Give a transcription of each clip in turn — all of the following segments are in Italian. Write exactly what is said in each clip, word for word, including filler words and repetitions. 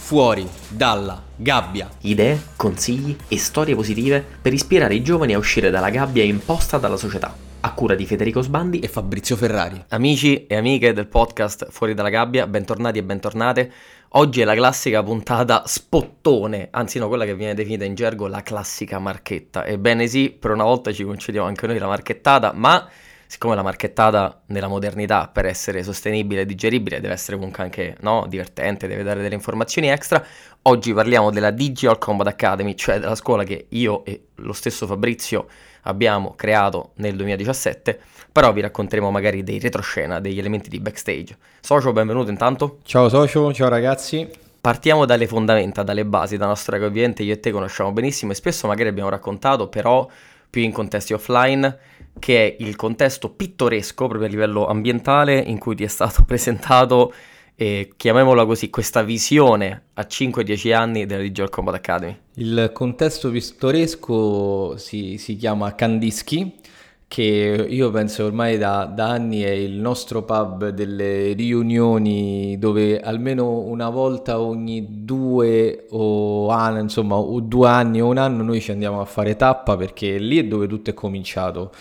fuori dalla gabbia. Idee, consigli e storie positive per ispirare i giovani a uscire dalla gabbia imposta dalla società. A cura di Federico Sbandi e Fabrizio Ferrari. Amici e amiche del podcast Fuori dalla gabbia, bentornati e bentornate. Oggi è la classica puntata spottone, anzi no, quella che viene definita in gergo la classica marchetta. Ebbene sì, per una volta ci concediamo anche noi la marchettata, ma siccome la marchettata nella modernità per essere sostenibile e digeribile deve essere comunque anche no, divertente, deve dare delle informazioni extra, oggi parliamo della Digital Combat Academy, cioè della scuola che io e lo stesso Fabrizio abbiamo creato nel duemiladiciassette, però vi racconteremo magari dei retroscena, degli elementi di backstage. Socio, benvenuto intanto. Ciao socio, ciao ragazzi. Partiamo dalle fondamenta, dalle basi, da nostra che ovviamente io e te conosciamo benissimo e spesso magari abbiamo raccontato, però più in contesti offline, che è il contesto pittoresco proprio a livello ambientale in cui ti è stato presentato, eh, chiamiamola così, questa visione a cinque dieci anni della Digital Combat Academy. Il contesto pittoresco si, si chiama Kandinsky, che io penso ormai da, da anni è il nostro pub delle riunioni dove almeno una volta ogni due o anni, insomma, o due anni o un anno noi ci andiamo a fare tappa, perché lì è dove tutto è cominciato.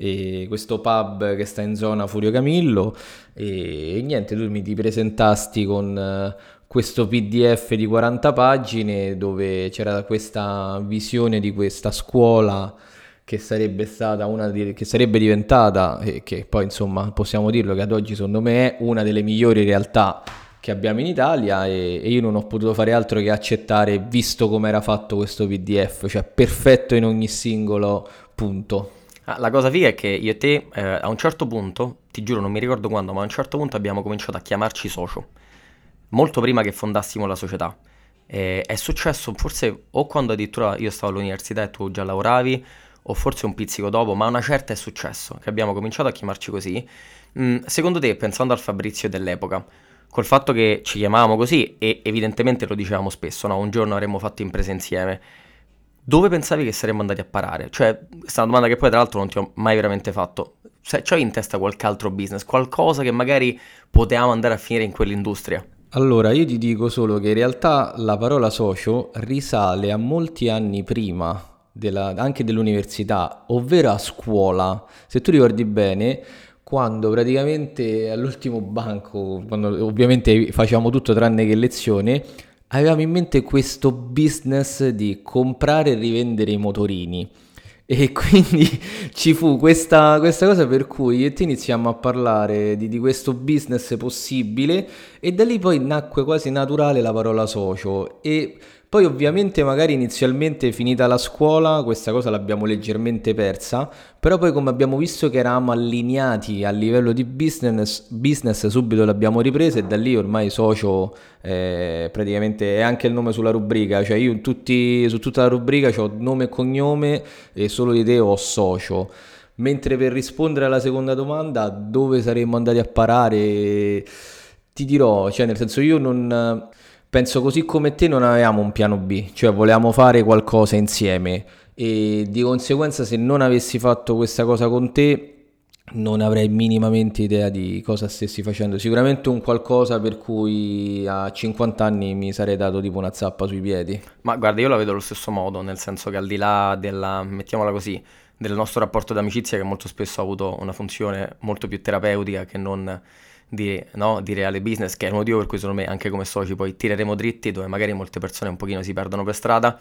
E questo pub che sta in zona Furio Camillo e, e niente, tu mi ti presentasti con uh, questo P D F di quaranta pagine dove c'era questa visione di questa scuola che sarebbe stata una di, che sarebbe diventata e che poi insomma possiamo dirlo che ad oggi secondo me è una delle migliori realtà che abbiamo in Italia e, e io non ho potuto fare altro che accettare, visto come era fatto questo P D F, cioè perfetto in ogni singolo punto. La cosa figa è che io e te eh, a un certo punto, ti giuro non mi ricordo quando, ma a un certo punto abbiamo cominciato a chiamarci socio, molto prima che fondassimo la società. Eh, è successo forse o quando addirittura io stavo all'università e tu già lavoravi, o forse un pizzico dopo, ma una certa è successo, che abbiamo cominciato a chiamarci così. Mm, secondo te, pensando al Fabrizio dell'epoca, col fatto che ci chiamavamo così e evidentemente lo dicevamo spesso, no? Un giorno avremmo fatto imprese insieme, dove pensavi che saremmo andati a parare? Cioè, questa è una domanda che poi tra l'altro non ti ho mai veramente fatto. Se c'hai in testa qualche altro business, qualcosa che magari potevamo andare a finire in quell'industria? Allora, io ti dico solo che in realtà la parola socio risale a molti anni prima della, anche dell'università, ovvero a scuola. Se tu ricordi bene, quando praticamente all'ultimo banco, quando ovviamente facevamo tutto tranne che lezione, avevamo in mente questo business di comprare e rivendere i motorini e quindi ci fu questa, questa cosa per cui io e te iniziamo a parlare di, di questo business possibile e da lì poi nacque quasi naturale la parola socio. E poi ovviamente magari inizialmente finita la scuola questa cosa l'abbiamo leggermente persa, però poi come abbiamo visto che eravamo allineati a livello di business, business subito l'abbiamo ripresa e da lì ormai socio eh, praticamente è anche il nome sulla rubrica, cioè io in tutti, su tutta la rubrica ho nome e cognome e solo di te ho socio. Mentre per rispondere alla seconda domanda, dove saremmo andati a parare, ti dirò, cioè nel senso io non... penso così come te non avevamo un piano B, cioè volevamo fare qualcosa insieme e di conseguenza se non avessi fatto questa cosa con te non avrei minimamente idea di cosa stessi facendo. Sicuramente un qualcosa per cui a cinquanta anni mi sarei dato tipo una zappa sui piedi. Ma guarda, io la vedo allo stesso modo, nel senso che al di là della, mettiamola così, del nostro rapporto d'amicizia che molto spesso ha avuto una funzione molto più terapeutica che non... Di, no, di reale business, che è il motivo per cui secondo me anche come soci poi tireremo dritti dove magari molte persone un pochino si perdono per strada.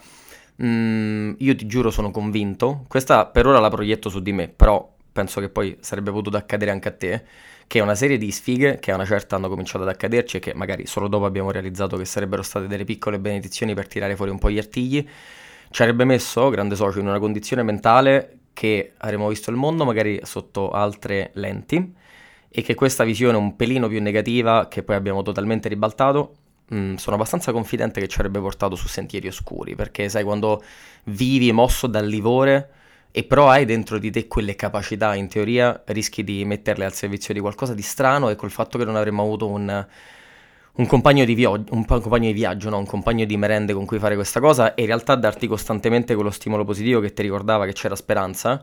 mm, io ti giuro sono convinto, questa per ora la proietto su di me, però penso che poi sarebbe potuto accadere anche a te, che una serie di sfighe che a una certa hanno cominciato ad accaderci e che magari solo dopo abbiamo realizzato che sarebbero state delle piccole benedizioni per tirare fuori un po' gli artigli, ci avrebbe messo, grande socio, in una condizione mentale che avremmo visto il mondo magari sotto altre lenti e che questa visione un pelino più negativa, che poi abbiamo totalmente ribaltato, mh, sono abbastanza confidente che ci avrebbe portato su sentieri oscuri, perché sai quando vivi mosso dal livore e però hai dentro di te quelle capacità, in teoria rischi di metterle al servizio di qualcosa di strano e col fatto che non avremmo avuto un, un compagno di viaggio, un compagno di viaggio, no? Un compagno di merende con cui fare questa cosa e in realtà darti costantemente quello stimolo positivo che ti ricordava che c'era speranza,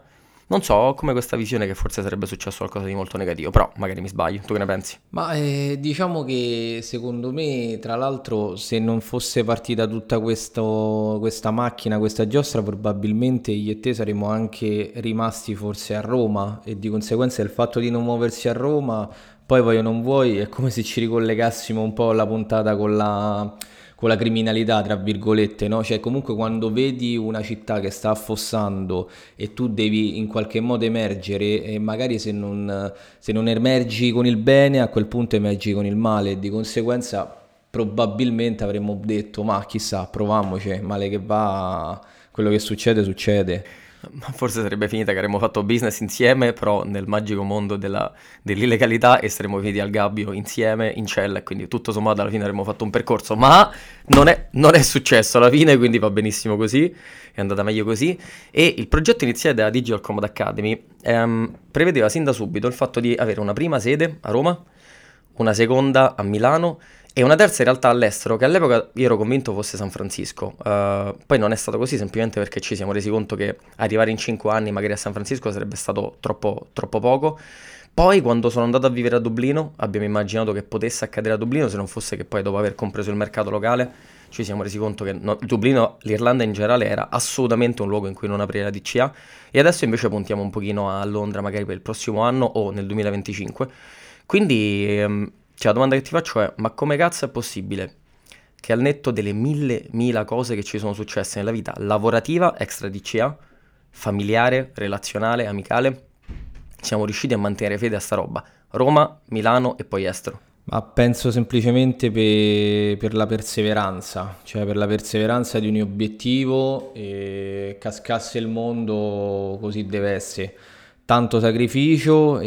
Non so, ho come questa visione che forse sarebbe successo qualcosa di molto negativo, però magari mi sbaglio. Tu che ne pensi? Ma eh, diciamo che secondo me, tra l'altro, se non fosse partita tutta questo- questa macchina, questa giostra, probabilmente io e te saremmo anche rimasti forse a Roma e di conseguenza il fatto di non muoversi a Roma, poi vuoi o non vuoi, è come se ci ricollegassimo un po' alla puntata con la, con la criminalità, tra virgolette, no? Cioè comunque quando vedi una città che sta affossando e tu devi in qualche modo emergere e magari se non se non emergi con il bene, a quel punto emergi con il male e di conseguenza probabilmente avremmo detto, ma chissà, proviamoci, male che va, quello che succede succede. Ma forse sarebbe finita che avremmo fatto business insieme, però nel magico mondo della- dell'illegalità e saremmo finiti al gabbio insieme in cella e quindi tutto sommato alla fine avremmo fatto un percorso, ma non è, non è successo alla fine, quindi va benissimo così, è andata meglio così. E il progetto iniziale della Digital Combat Academy ehm, prevedeva sin da subito il fatto di avere una prima sede a Roma, una seconda a Milano e una terza in realtà all'estero, che all'epoca io ero convinto fosse San Francisco. Uh, poi non è stato così, semplicemente perché ci siamo resi conto che arrivare in cinque anni magari a San Francisco sarebbe stato troppo, troppo poco. Poi quando sono andato a vivere a Dublino, abbiamo immaginato che potesse accadere a Dublino, se non fosse che poi dopo aver compreso il mercato locale, ci siamo resi conto che no- Dublino, l'Irlanda in generale, era assolutamente un luogo in cui non aprire la D C A. E adesso invece puntiamo un pochino a Londra, magari per il prossimo anno o nel duemilaventicinque. Quindi, ehm, cioè, la domanda che ti faccio è, ma come cazzo è possibile che al netto delle mille, mila cose che ci sono successe nella vita lavorativa, extra D C A, familiare, relazionale, amicale, siamo riusciti a mantenere fede a sta roba? Roma, Milano e poi estero. Ma penso semplicemente pe- per la perseveranza, cioè per la perseveranza di un obiettivo e cascasse il mondo così deve essere. Tanto sacrificio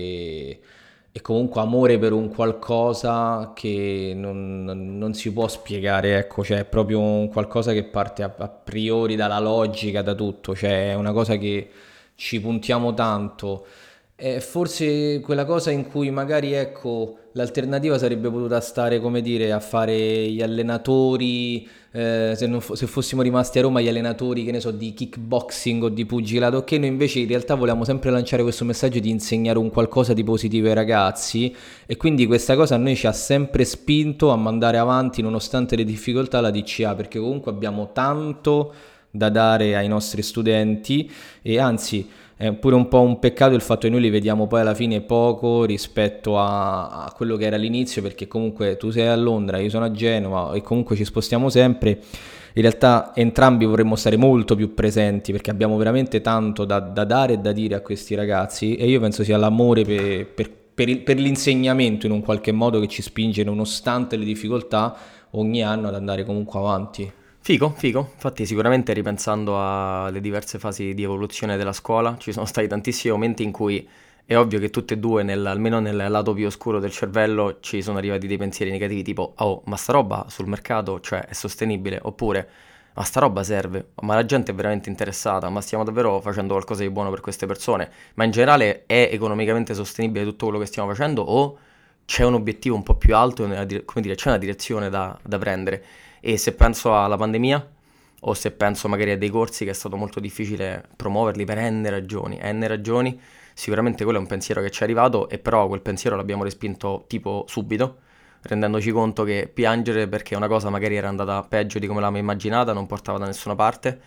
e, e comunque amore per un qualcosa che non, non- non si può spiegare, ecco, cioè è proprio un qualcosa che parte a, a priori dalla logica, da tutto, cioè è una cosa che ci puntiamo tanto. È forse quella cosa in cui magari, ecco, l'alternativa sarebbe potuta stare, come dire, a fare gli allenatori, eh, se, non fo- se fossimo rimasti a Roma, gli allenatori, che ne so, di kickboxing o di pugilato, ok, noi invece in realtà volevamo sempre lanciare questo messaggio di insegnare un qualcosa di positivo ai ragazzi e quindi questa cosa a noi ci ha sempre spinto a mandare avanti nonostante le difficoltà la D C A, perché comunque abbiamo tanto da dare ai nostri studenti e anzi è pure un po' un peccato il fatto che noi li vediamo poi alla fine poco rispetto a, a quello che era all'inizio, perché comunque tu sei a Londra, io sono a Genova e comunque ci spostiamo sempre. In realtà entrambi vorremmo stare molto più presenti perché abbiamo veramente tanto da, da dare e da dire a questi ragazzi e io penso sia l'amore per, per, per il- per l'insegnamento in un qualche modo che ci spinge nonostante le difficoltà ogni anno ad andare comunque avanti. Figo, figo. Infatti, sicuramente ripensando alle diverse fasi di evoluzione della scuola, ci sono stati tantissimi momenti in cui è ovvio che tutte e due, nel- almeno nel lato più oscuro del cervello, ci sono arrivati dei pensieri negativi tipo, oh, ma sta roba sul mercato, cioè, è sostenibile? Oppure, ma sta roba serve? Ma la gente è veramente interessata? Ma stiamo davvero facendo qualcosa di buono per queste persone? Ma in generale è economicamente sostenibile tutto quello che stiamo facendo? O c'è un obiettivo un po' più alto, nella dire- come dire, c'è una direzione da, da prendere? E se penso alla pandemia, o se penso magari a dei corsi che è stato molto difficile promuoverli per n ragioni, n ragioni, sicuramente quello è un pensiero che ci è arrivato e però quel pensiero l'abbiamo respinto tipo subito, rendendoci conto che piangere perché una cosa magari era andata peggio di come l'avevamo immaginata non portava da nessuna parte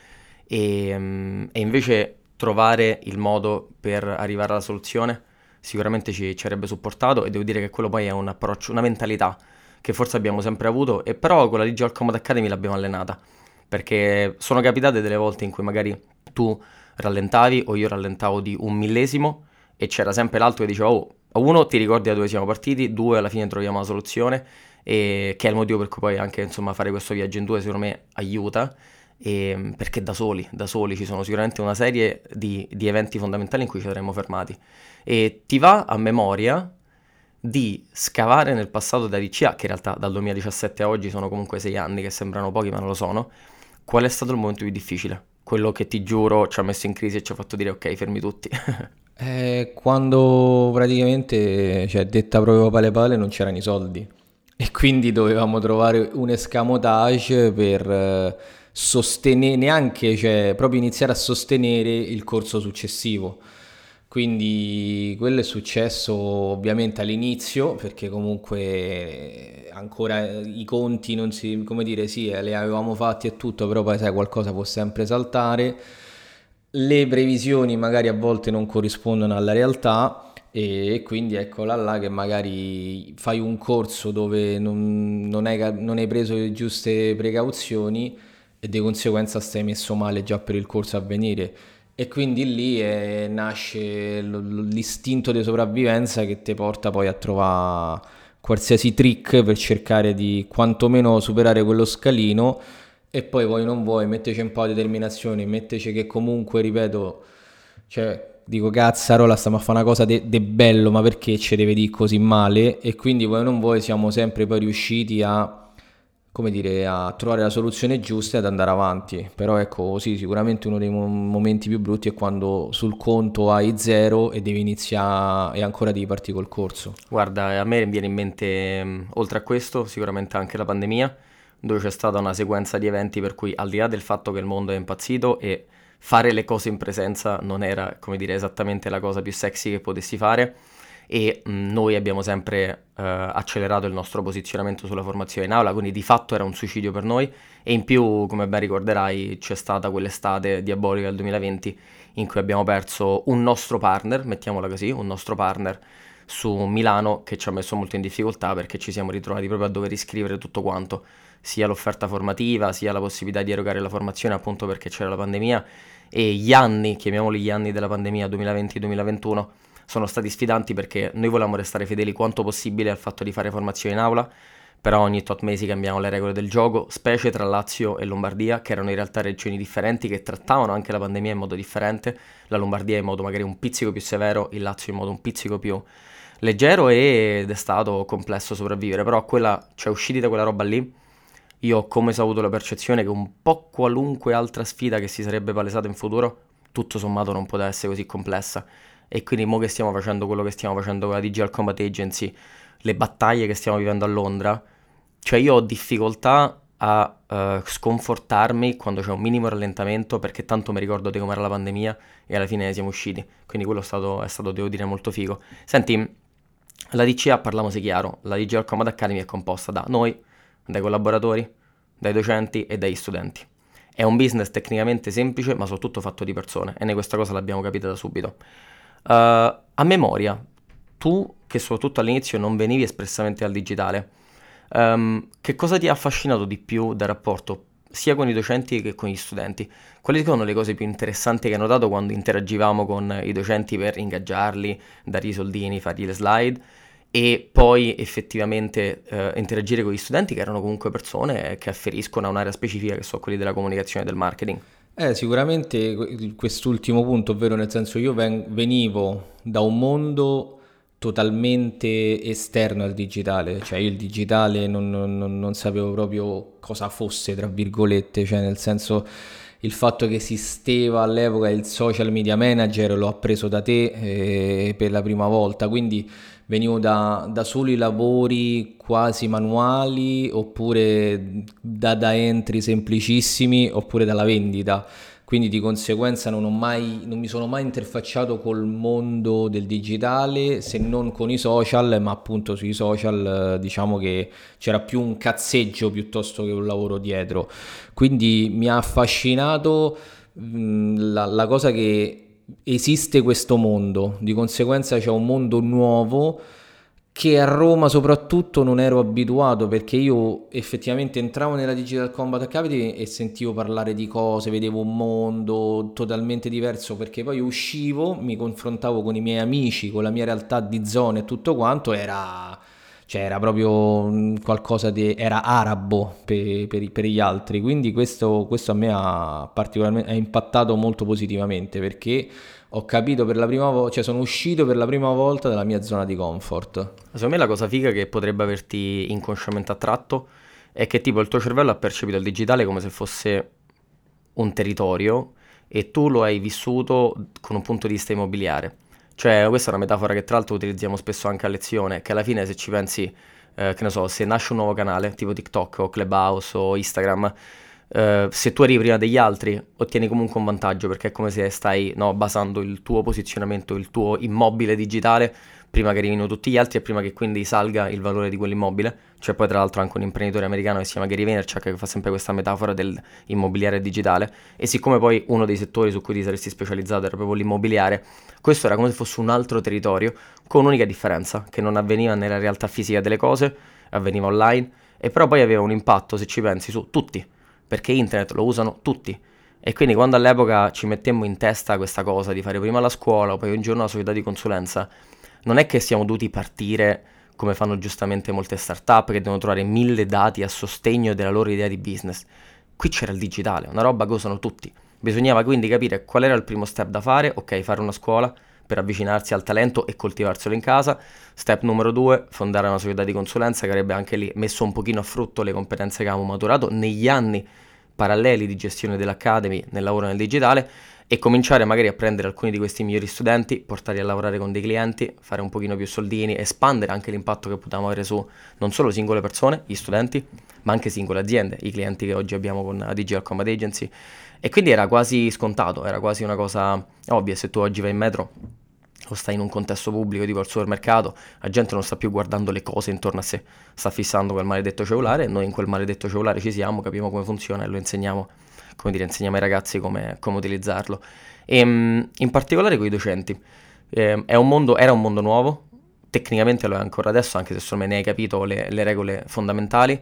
e, mm, e invece trovare il modo per arrivare alla soluzione sicuramente ci, ci avrebbe supportato e devo dire che quello poi è un approccio, una mentalità che forse abbiamo sempre avuto e però con la Digital Combat Academy l'abbiamo allenata perché sono capitate delle volte in cui magari tu rallentavi o io rallentavo di un millesimo e c'era sempre l'altro che diceva oh, uno ti ricordi da dove siamo partiti, due alla fine troviamo la soluzione e che è il motivo per cui poi anche insomma fare questo viaggio in due secondo me aiuta e, perché da soli, da soli ci sono sicuramente una serie di, di eventi fondamentali in cui ci saremmo fermati e ti va a memoria di scavare nel passato da D C A, che in realtà dal duemiladiciassette a oggi sono comunque sei anni che sembrano pochi ma non lo sono, qual è stato il momento più difficile? Quello che ti giuro ci ha messo in crisi e ci ha fatto dire ok, fermi tutti. Eh, quando praticamente, cioè, detta proprio pale pale, non c'erano i soldi. e quindi dovevamo trovare un escamotage per eh, sostenere, neanche, cioè proprio iniziare a sostenere il corso successivo. Quindi quello è successo ovviamente all'inizio, perché comunque ancora i conti non si, come dire, sì, eh, li avevamo fatti e tutto, però poi sai, qualcosa può sempre saltare. Le previsioni magari a volte non corrispondono alla realtà e quindi eccola là che magari fai un corso dove non, non hai, non hai preso le giuste precauzioni e di conseguenza stai messo male già per il corso a venire. E quindi lì eh, nasce l- l'istinto di sopravvivenza che ti porta poi a trovare qualsiasi trick per cercare di quantomeno superare quello scalino e poi vuoi non vuoi, metteci un po' di determinazione, metteci che comunque, ripeto, cioè, dico cazzarola, stiamo a fare una cosa de, de bello, ma perché ci deve dire così male? E quindi vuoi non vuoi siamo sempre poi riusciti a, come dire, a trovare la soluzione giusta e ad andare avanti. Però ecco, sì, sicuramente uno dei mo- momenti più brutti è quando sul conto hai zero e devi iniziare e ancora devi partire col corso. Guarda, a me viene in mente, mh, oltre a questo, sicuramente anche la pandemia, dove c'è stata una sequenza di eventi per cui, al di là del fatto che il mondo è impazzito e fare le cose in presenza non era, come dire, esattamente la cosa più sexy che potessi fare, e mh, noi abbiamo sempre eh, accelerato il nostro posizionamento sulla formazione in aula, quindi di fatto era un suicidio per noi, e in più, come ben ricorderai, c'è stata quell'estate diabolica del duemilaventi in cui abbiamo perso un nostro partner, mettiamola così, un nostro partner su Milano, che ci ha messo molto in difficoltà perché ci siamo ritrovati proprio a dover riscrivere tutto quanto, sia l'offerta formativa, sia la possibilità di erogare la formazione, appunto perché c'era la pandemia, e gli anni, chiamiamoli gli anni della pandemia duemilaventi-duemilaventuno, sono stati sfidanti perché noi volevamo restare fedeli quanto possibile al fatto di fare formazione in aula, però ogni tot mesi cambiamo le regole del gioco, specie tra Lazio e Lombardia, che erano in realtà regioni differenti, che trattavano anche la pandemia in modo differente, la Lombardia in modo magari un pizzico più severo, il Lazio in modo un pizzico più leggero, ed è stato complesso sopravvivere, però quella, cioè usciti da quella roba lì, io ho come avuto la percezione che un po' qualunque altra sfida che si sarebbe palesata in futuro, tutto sommato non poteva essere così complessa. E quindi mo che stiamo facendo quello che stiamo facendo con la Digital Combat Agency, le battaglie che stiamo vivendo a Londra, cioè io ho difficoltà a eh, sconfortarmi quando c'è un minimo rallentamento, perché tanto mi ricordo di com'era la pandemia e alla fine ne siamo usciti, quindi quello è stato, è stato, devo dire, molto figo. Senti, la D C A, parliamoci chiaro, la Digital Combat Academy è composta da noi, dai collaboratori, dai docenti e dagli studenti. È un business tecnicamente semplice, ma soprattutto fatto di persone, e noi questa cosa l'abbiamo capita da subito. Uh, a memoria, tu che soprattutto all'inizio non venivi espressamente al digitale, um, che cosa ti ha affascinato di più dal rapporto sia con i docenti che con gli studenti? Quali sono le cose più interessanti che hai notato quando interagivamo con i docenti per ingaggiarli, dargli i soldini, fargli le slide, e poi effettivamente eh, interagire con gli studenti che erano comunque persone che afferiscono a un'area specifica, che sono quelli della comunicazione e del marketing? Eh, sicuramente que- quest'ultimo punto, ovvero nel senso io ven- venivo da un mondo totalmente esterno al digitale, cioè io il digitale non, non- non- non sapevo proprio cosa fosse, tra virgolette, cioè nel senso il fatto che esisteva all'epoca il social media manager l'ho appreso da te eh, per la prima volta, quindi venivo da, da soli lavori quasi manuali oppure da, da entry semplicissimi oppure dalla vendita. Quindi di conseguenza non ho mai, non mi sono mai interfacciato col mondo del digitale se non con i social, ma appunto sui social eh, diciamo che c'era più un cazzeggio piuttosto che un lavoro dietro. Quindi mi ha affascinato mh, la, la cosa che esiste questo mondo, di conseguenza c'è un mondo nuovo che a Roma soprattutto non ero abituato, perché io effettivamente entravo nella Digital Combat Academy e sentivo parlare di cose, vedevo un mondo totalmente diverso, perché poi uscivo, mi confrontavo con i miei amici, con la mia realtà di zona e tutto quanto, era, cioè era proprio mm, qualcosa di, era arabo per, per, per gli altri, quindi questo, questo a me ha particolarmente ha impattato molto positivamente, perché ho capito per la prima volta, cioè sono uscito per la prima volta dalla mia zona di comfort. Secondo me la cosa figa che potrebbe averti inconsciamente attratto è che tipo il tuo cervello ha percepito il digitale come se fosse un territorio e tu lo hai vissuto con un punto di vista immobiliare. Cioè, questa è una metafora che tra l'altro utilizziamo spesso anche a lezione, che alla fine, se ci pensi, eh, che ne so, se nasce un nuovo canale, tipo TikTok o Clubhouse o Instagram, eh, se tu arrivi prima degli altri, ottieni comunque un vantaggio, perché è come se stai, no, basando il tuo posizionamento, il tuo immobile digitale, prima che arrivino tutti gli altri e prima che quindi salga il valore di quell'immobile. C'è poi tra l'altro anche un imprenditore americano che si chiama Gary Vaynerchuk, che fa sempre questa metafora dell'immobiliare digitale, e siccome poi uno dei settori su cui ti saresti specializzato era proprio l'immobiliare, questo era come se fosse un altro territorio, con un'unica differenza, che non avveniva nella realtà fisica delle cose, avveniva online, e però poi aveva un impatto, se ci pensi, su tutti, perché internet lo usano tutti. E quindi quando all'epoca ci mettemmo in testa questa cosa di fare prima la scuola, poi un giorno la società di consulenza, non è che siamo dovuti partire come fanno giustamente molte start-up che devono trovare mille dati a sostegno della loro idea di business. Qui c'era il digitale, una roba che usano tutti. Bisognava quindi capire qual era il primo step da fare. Ok, fare una scuola per avvicinarsi al talento e coltivarselo in casa. Step numero due, fondare una società di consulenza che avrebbe anche lì messo un pochino a frutto le competenze che avevamo maturato negli anni paralleli di gestione dell'Academy nel lavoro nel digitale, e cominciare magari a prendere alcuni di questi migliori studenti, portarli a lavorare con dei clienti, fare un pochino più soldini, espandere anche l'impatto che potevamo avere su non solo singole persone, gli studenti, ma anche singole aziende, i clienti che oggi abbiamo con Digital Combat Agency. E quindi era quasi scontato, era quasi una cosa ovvia. Se tu oggi vai in metro o stai in un contesto pubblico tipo al supermercato, la gente non sta più guardando le cose intorno a sé, sta fissando quel maledetto cellulare, e noi in quel maledetto cellulare ci siamo, capiamo come funziona e lo insegniamo, come dire, insegniamo ai ragazzi come, come utilizzarlo. E in particolare con i docenti. Eh, è un mondo, era un mondo nuovo, tecnicamente lo è ancora adesso, anche se secondo me ne hai capito le, le regole fondamentali,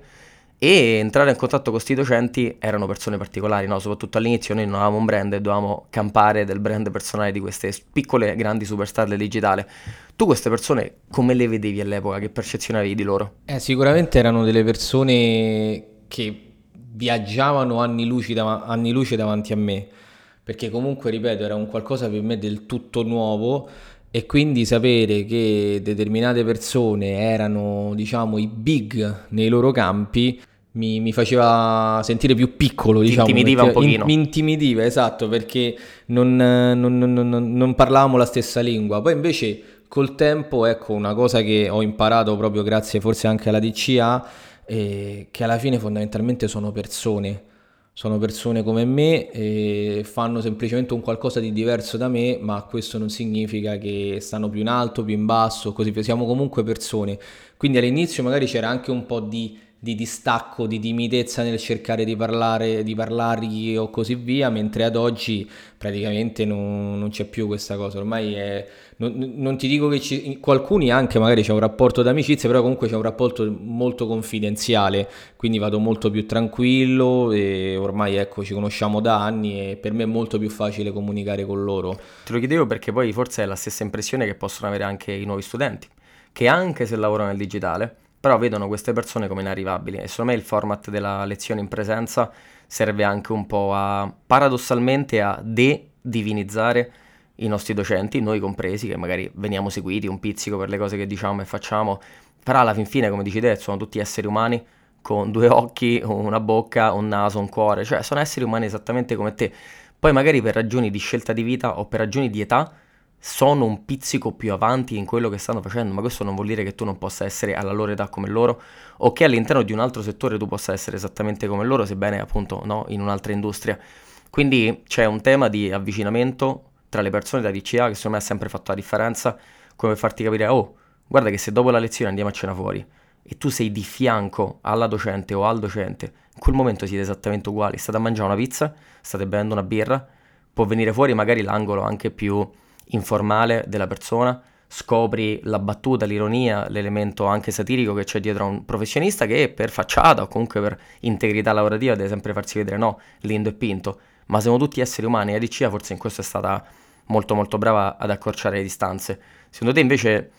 e entrare in contatto con questi docenti erano persone particolari, no? Soprattutto all'inizio noi non avevamo un brand e dovevamo campare del brand personale di queste piccole grandi superstar del digitale. Tu queste persone come le vedevi all'epoca? Che percezione avevi di loro? Eh, sicuramente erano delle persone che viaggiavano anni luci, dav- anni luce davanti a me, perché comunque, ripeto, era un qualcosa per me del tutto nuovo, e quindi sapere che determinate persone erano, diciamo, i big nei loro campi mi, mi faceva sentire più piccolo, Ti diciamo. intimidiva un perché- in- pochino. mi intimidiva, esatto, perché non, non, non, non- non parlavamo la stessa lingua. Poi invece col tempo, ecco, una cosa che ho imparato proprio grazie forse anche alla D C A, eh, che alla fine fondamentalmente sono persone, sono persone come me, e fanno semplicemente un qualcosa di diverso da me, ma questo non significa che stanno più in alto, più in basso, così via. Siamo comunque persone. Quindi all'inizio magari c'era anche un po' di, di distacco, di timidezza nel cercare di parlare, di parlargli o così via, mentre ad oggi praticamente non, non c'è più questa cosa. Ormai è, non, non ti dico che ci, qualcuno anche magari c'è un rapporto d'amicizia, però comunque c'è un rapporto molto confidenziale, quindi vado molto più tranquillo, e ormai ecco ci conosciamo da anni e per me è molto più facile comunicare con loro. Te lo chiedevo perché poi forse è la stessa impressione che possono avere anche i nuovi studenti, che anche se lavorano nel digitale, però vedono queste persone come inarrivabili. E secondo me il format della lezione in presenza serve anche un po' a, paradossalmente, a de-divinizzare i nostri docenti, noi compresi, che magari veniamo seguiti un pizzico per le cose che diciamo e facciamo, però alla fin fine, come dici te, sono tutti esseri umani con due occhi, una bocca, un naso, un cuore, cioè sono esseri umani esattamente come te. Poi magari per ragioni di scelta di vita o per ragioni di età sono un pizzico più avanti in quello che stanno facendo, ma questo non vuol dire che tu non possa essere alla loro età come loro, o che all'interno di un altro settore tu possa essere esattamente come loro, sebbene appunto no, in un'altra industria. Quindi c'è un tema di avvicinamento tra le persone da D C A che secondo me ha sempre fatto la differenza, come per farti capire, oh, guarda che se dopo la lezione andiamo a cena fuori e tu sei di fianco alla docente o al docente, in quel momento siete esattamente uguali, state a mangiare una pizza, state bevendo una birra, può venire fuori magari l'angolo anche più informale della persona, scopri la battuta, l'ironia, l'elemento anche satirico che c'è dietro a un professionista che per facciata o comunque per integrità lavorativa deve sempre farsi vedere, no, lindo e pinto, ma siamo tutti esseri umani, e A D C A forse in questo è stata molto molto brava ad accorciare le distanze. Secondo te invece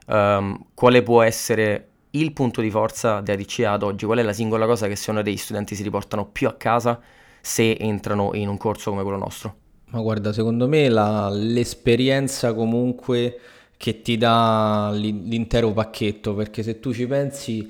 um, quale può essere il punto di forza di A D C A ad oggi? Qual è la singola cosa che secondo te gli studenti si riportano più a casa se entrano in un corso come quello nostro? Ma guarda, secondo me la- l'esperienza comunque che ti dà l'in- l'intero pacchetto, perché se tu ci pensi,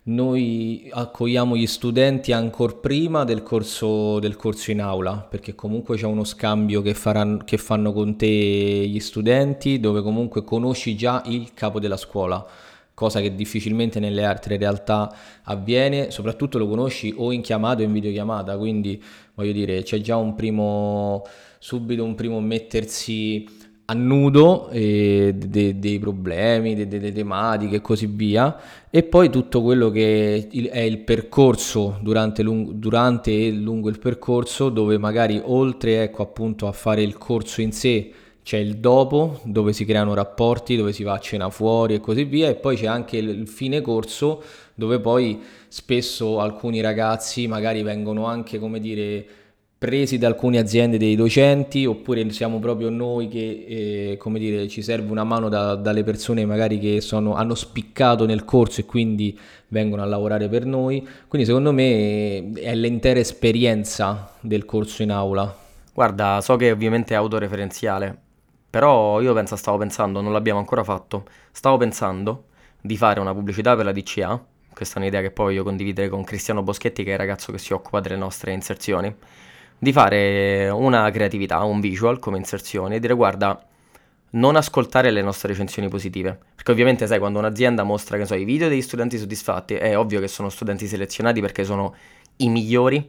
noi accogliamo gli studenti ancora prima del corso, del corso in aula, perché comunque c'è uno scambio che faranno- che fanno con te gli studenti, dove comunque conosci già il capo della scuola. cosa che difficilmente nelle altre realtà avviene, soprattutto lo conosci o in chiamata o in videochiamata, quindi voglio dire c'è già un primo, subito un primo mettersi a nudo eh, de- dei problemi, de- delle tematiche e così via, e poi tutto quello che il- è il percorso durante, lung- durante e lungo il percorso, dove magari oltre ecco appunto a fare il corso in sé c'è il dopo, dove si creano rapporti, dove si va a cena fuori e così via, e poi c'è anche il il fine corso, dove poi spesso alcuni ragazzi magari vengono anche, come dire, presi da alcune aziende dei docenti, oppure siamo proprio noi che, eh, come dire, ci serve una mano da- dalle persone magari che sono- hanno spiccato nel corso e quindi vengono a lavorare per noi. Quindi secondo me è l'intera esperienza del corso in aula. Guarda, so che ovviamente è autoreferenziale, però io penso, stavo pensando, non l'abbiamo ancora fatto, stavo pensando di fare una pubblicità per la D C A, questa è un'idea che poi voglio condividere con Cristiano Boschetti, che è il ragazzo che si occupa delle nostre inserzioni, di fare una creatività, un visual come inserzioni e dire guarda, non ascoltare le nostre recensioni positive, perché ovviamente sai quando un'azienda mostra che ne so, i video degli studenti soddisfatti è ovvio che sono studenti selezionati perché sono i migliori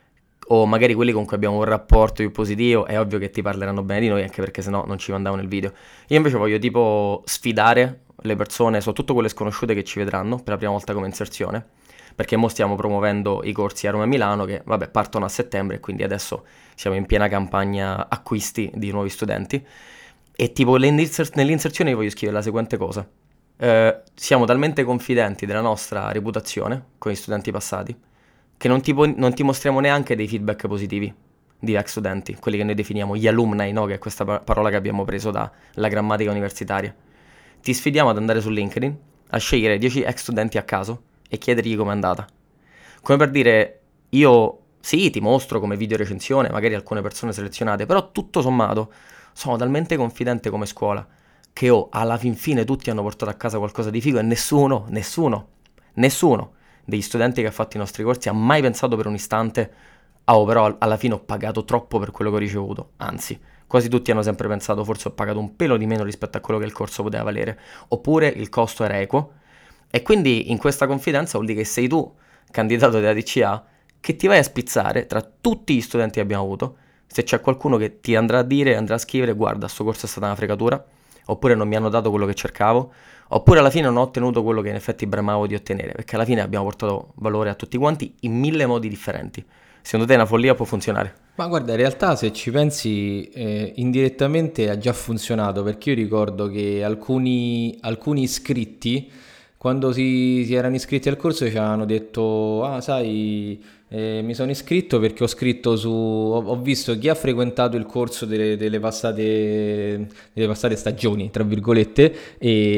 o magari quelli con cui abbiamo un rapporto più positivo, è ovvio che ti parleranno bene di noi anche perché sennò non ci mandavano il video. Io invece voglio tipo sfidare le persone, soprattutto quelle sconosciute che ci vedranno per la prima volta come inserzione, perché mo stiamo promuovendo i corsi a Roma e Milano che vabbè partono a settembre, quindi adesso siamo in piena campagna acquisti di nuovi studenti e tipo nell'inser- nell'inserzione io voglio scrivere la seguente cosa. Eh, siamo talmente confidenti della nostra reputazione con gli studenti passati che non ti, po- non ti mostriamo neanche dei feedback positivi di ex studenti, quelli che noi definiamo gli alumni, no? Che è questa pa- parola che abbiamo preso dalla grammatica universitaria. Ti sfidiamo ad andare su LinkedIn, a scegliere dieci ex studenti a caso e chiedergli com'è andata. Come per dire, io sì, ti mostro come video recensione, magari alcune persone selezionate, però tutto sommato sono talmente confidente come scuola che oh, alla fin fine tutti hanno portato a casa qualcosa di figo e nessuno, nessuno, nessuno degli studenti che ha fatto i nostri corsi ha mai pensato per un istante ah, oh, però alla fine ho pagato troppo per quello che ho ricevuto. Anzi, quasi tutti hanno sempre pensato forse ho pagato un pelo di meno rispetto a quello che il corso poteva valere, oppure il costo era equo. E quindi in questa confidenza vuol dire che sei tu, candidato della D C A, che ti vai a spizzare tra tutti gli studenti che abbiamo avuto, se c'è qualcuno che ti andrà a dire, andrà a scrivere, guarda, sto corso è stata una fregatura, oppure non mi hanno dato quello che cercavo, oppure alla fine non ho ottenuto quello che in effetti bramavo di ottenere, perché alla fine abbiamo portato valore a tutti quanti in mille modi differenti. Secondo te è una follia, può funzionare? Ma guarda, in realtà se ci pensi eh, indirettamente ha già funzionato, perché io ricordo che alcuni, alcuni iscritti, quando si, si erano iscritti al corso, ci avevano detto, ah sai, eh, mi sono iscritto perché ho scritto su, ho, ho visto chi ha frequentato il corso delle, delle passate, delle passate stagioni, tra virgolette,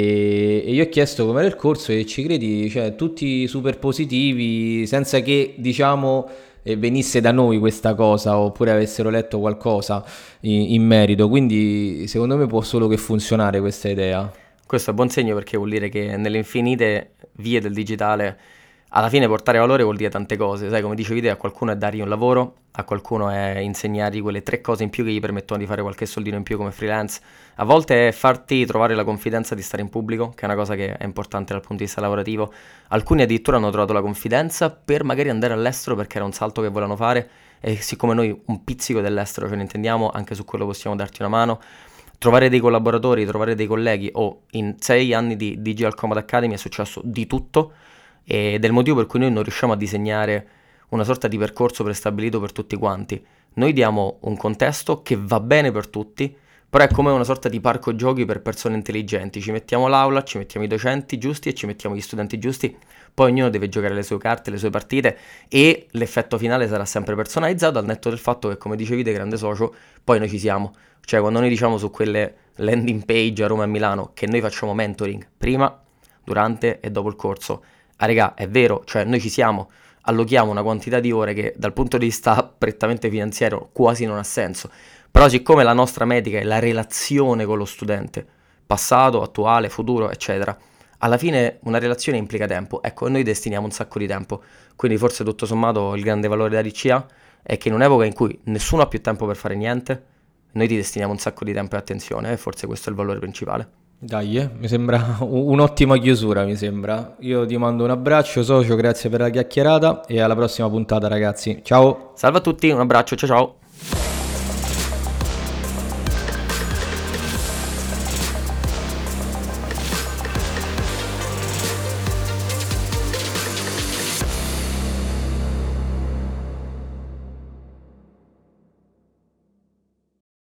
e, e io ho chiesto com'era il corso e ci credi, cioè tutti super positivi, senza che diciamo e venisse da noi questa cosa oppure avessero letto qualcosa in, in merito, quindi secondo me può solo che funzionare questa idea. Questo è buon segno perché vuol dire che nelle infinite vie del digitale alla fine portare valore vuol dire tante cose, sai, come dicevi te, a qualcuno è dargli un lavoro, a qualcuno è insegnargli quelle tre cose in più che gli permettono di fare qualche soldino in più come freelance, a volte è farti trovare la confidenza di stare in pubblico, che è una cosa che è importante dal punto di vista lavorativo. Alcuni addirittura hanno trovato la confidenza per magari andare all'estero perché era un salto che volevano fare e siccome noi un pizzico dell'estero ce ne intendiamo, anche su quello possiamo darti una mano. Trovare dei collaboratori, trovare dei colleghi, o oh, in sei anni di Digital Combat Academy è successo di tutto ed è il motivo per cui noi non riusciamo a disegnare una sorta di percorso prestabilito per tutti quanti. Noi diamo un contesto che va bene per tutti, però è come una sorta di parco giochi per persone intelligenti. Ci mettiamo l'aula, ci mettiamo i docenti giusti e ci mettiamo gli studenti giusti, poi ognuno deve giocare le sue carte, le sue partite e l'effetto finale sarà sempre personalizzato al netto del fatto che, come dicevi te, grande socio, poi noi ci siamo. Cioè quando noi diciamo su quelle landing page a Roma e Milano che noi facciamo mentoring prima, durante e dopo il corso, ah regà, è vero, cioè noi ci siamo, allochiamo una quantità di ore che dal punto di vista prettamente finanziario quasi non ha senso, però siccome la nostra metrica è la relazione con lo studente, passato, attuale, futuro, eccetera, alla fine una relazione implica tempo, ecco, noi destiniamo un sacco di tempo, quindi forse tutto sommato il grande valore della D C A è che in un'epoca in cui nessuno ha più tempo per fare niente, noi ti destiniamo un sacco di tempo e attenzione e forse questo è il valore principale. Dai, eh, mi sembra u- un'ottima chiusura, mi sembra. Io ti mando un abbraccio, socio, grazie per la chiacchierata e alla prossima puntata, ragazzi. Ciao! Salve a tutti, un abbraccio, ciao ciao.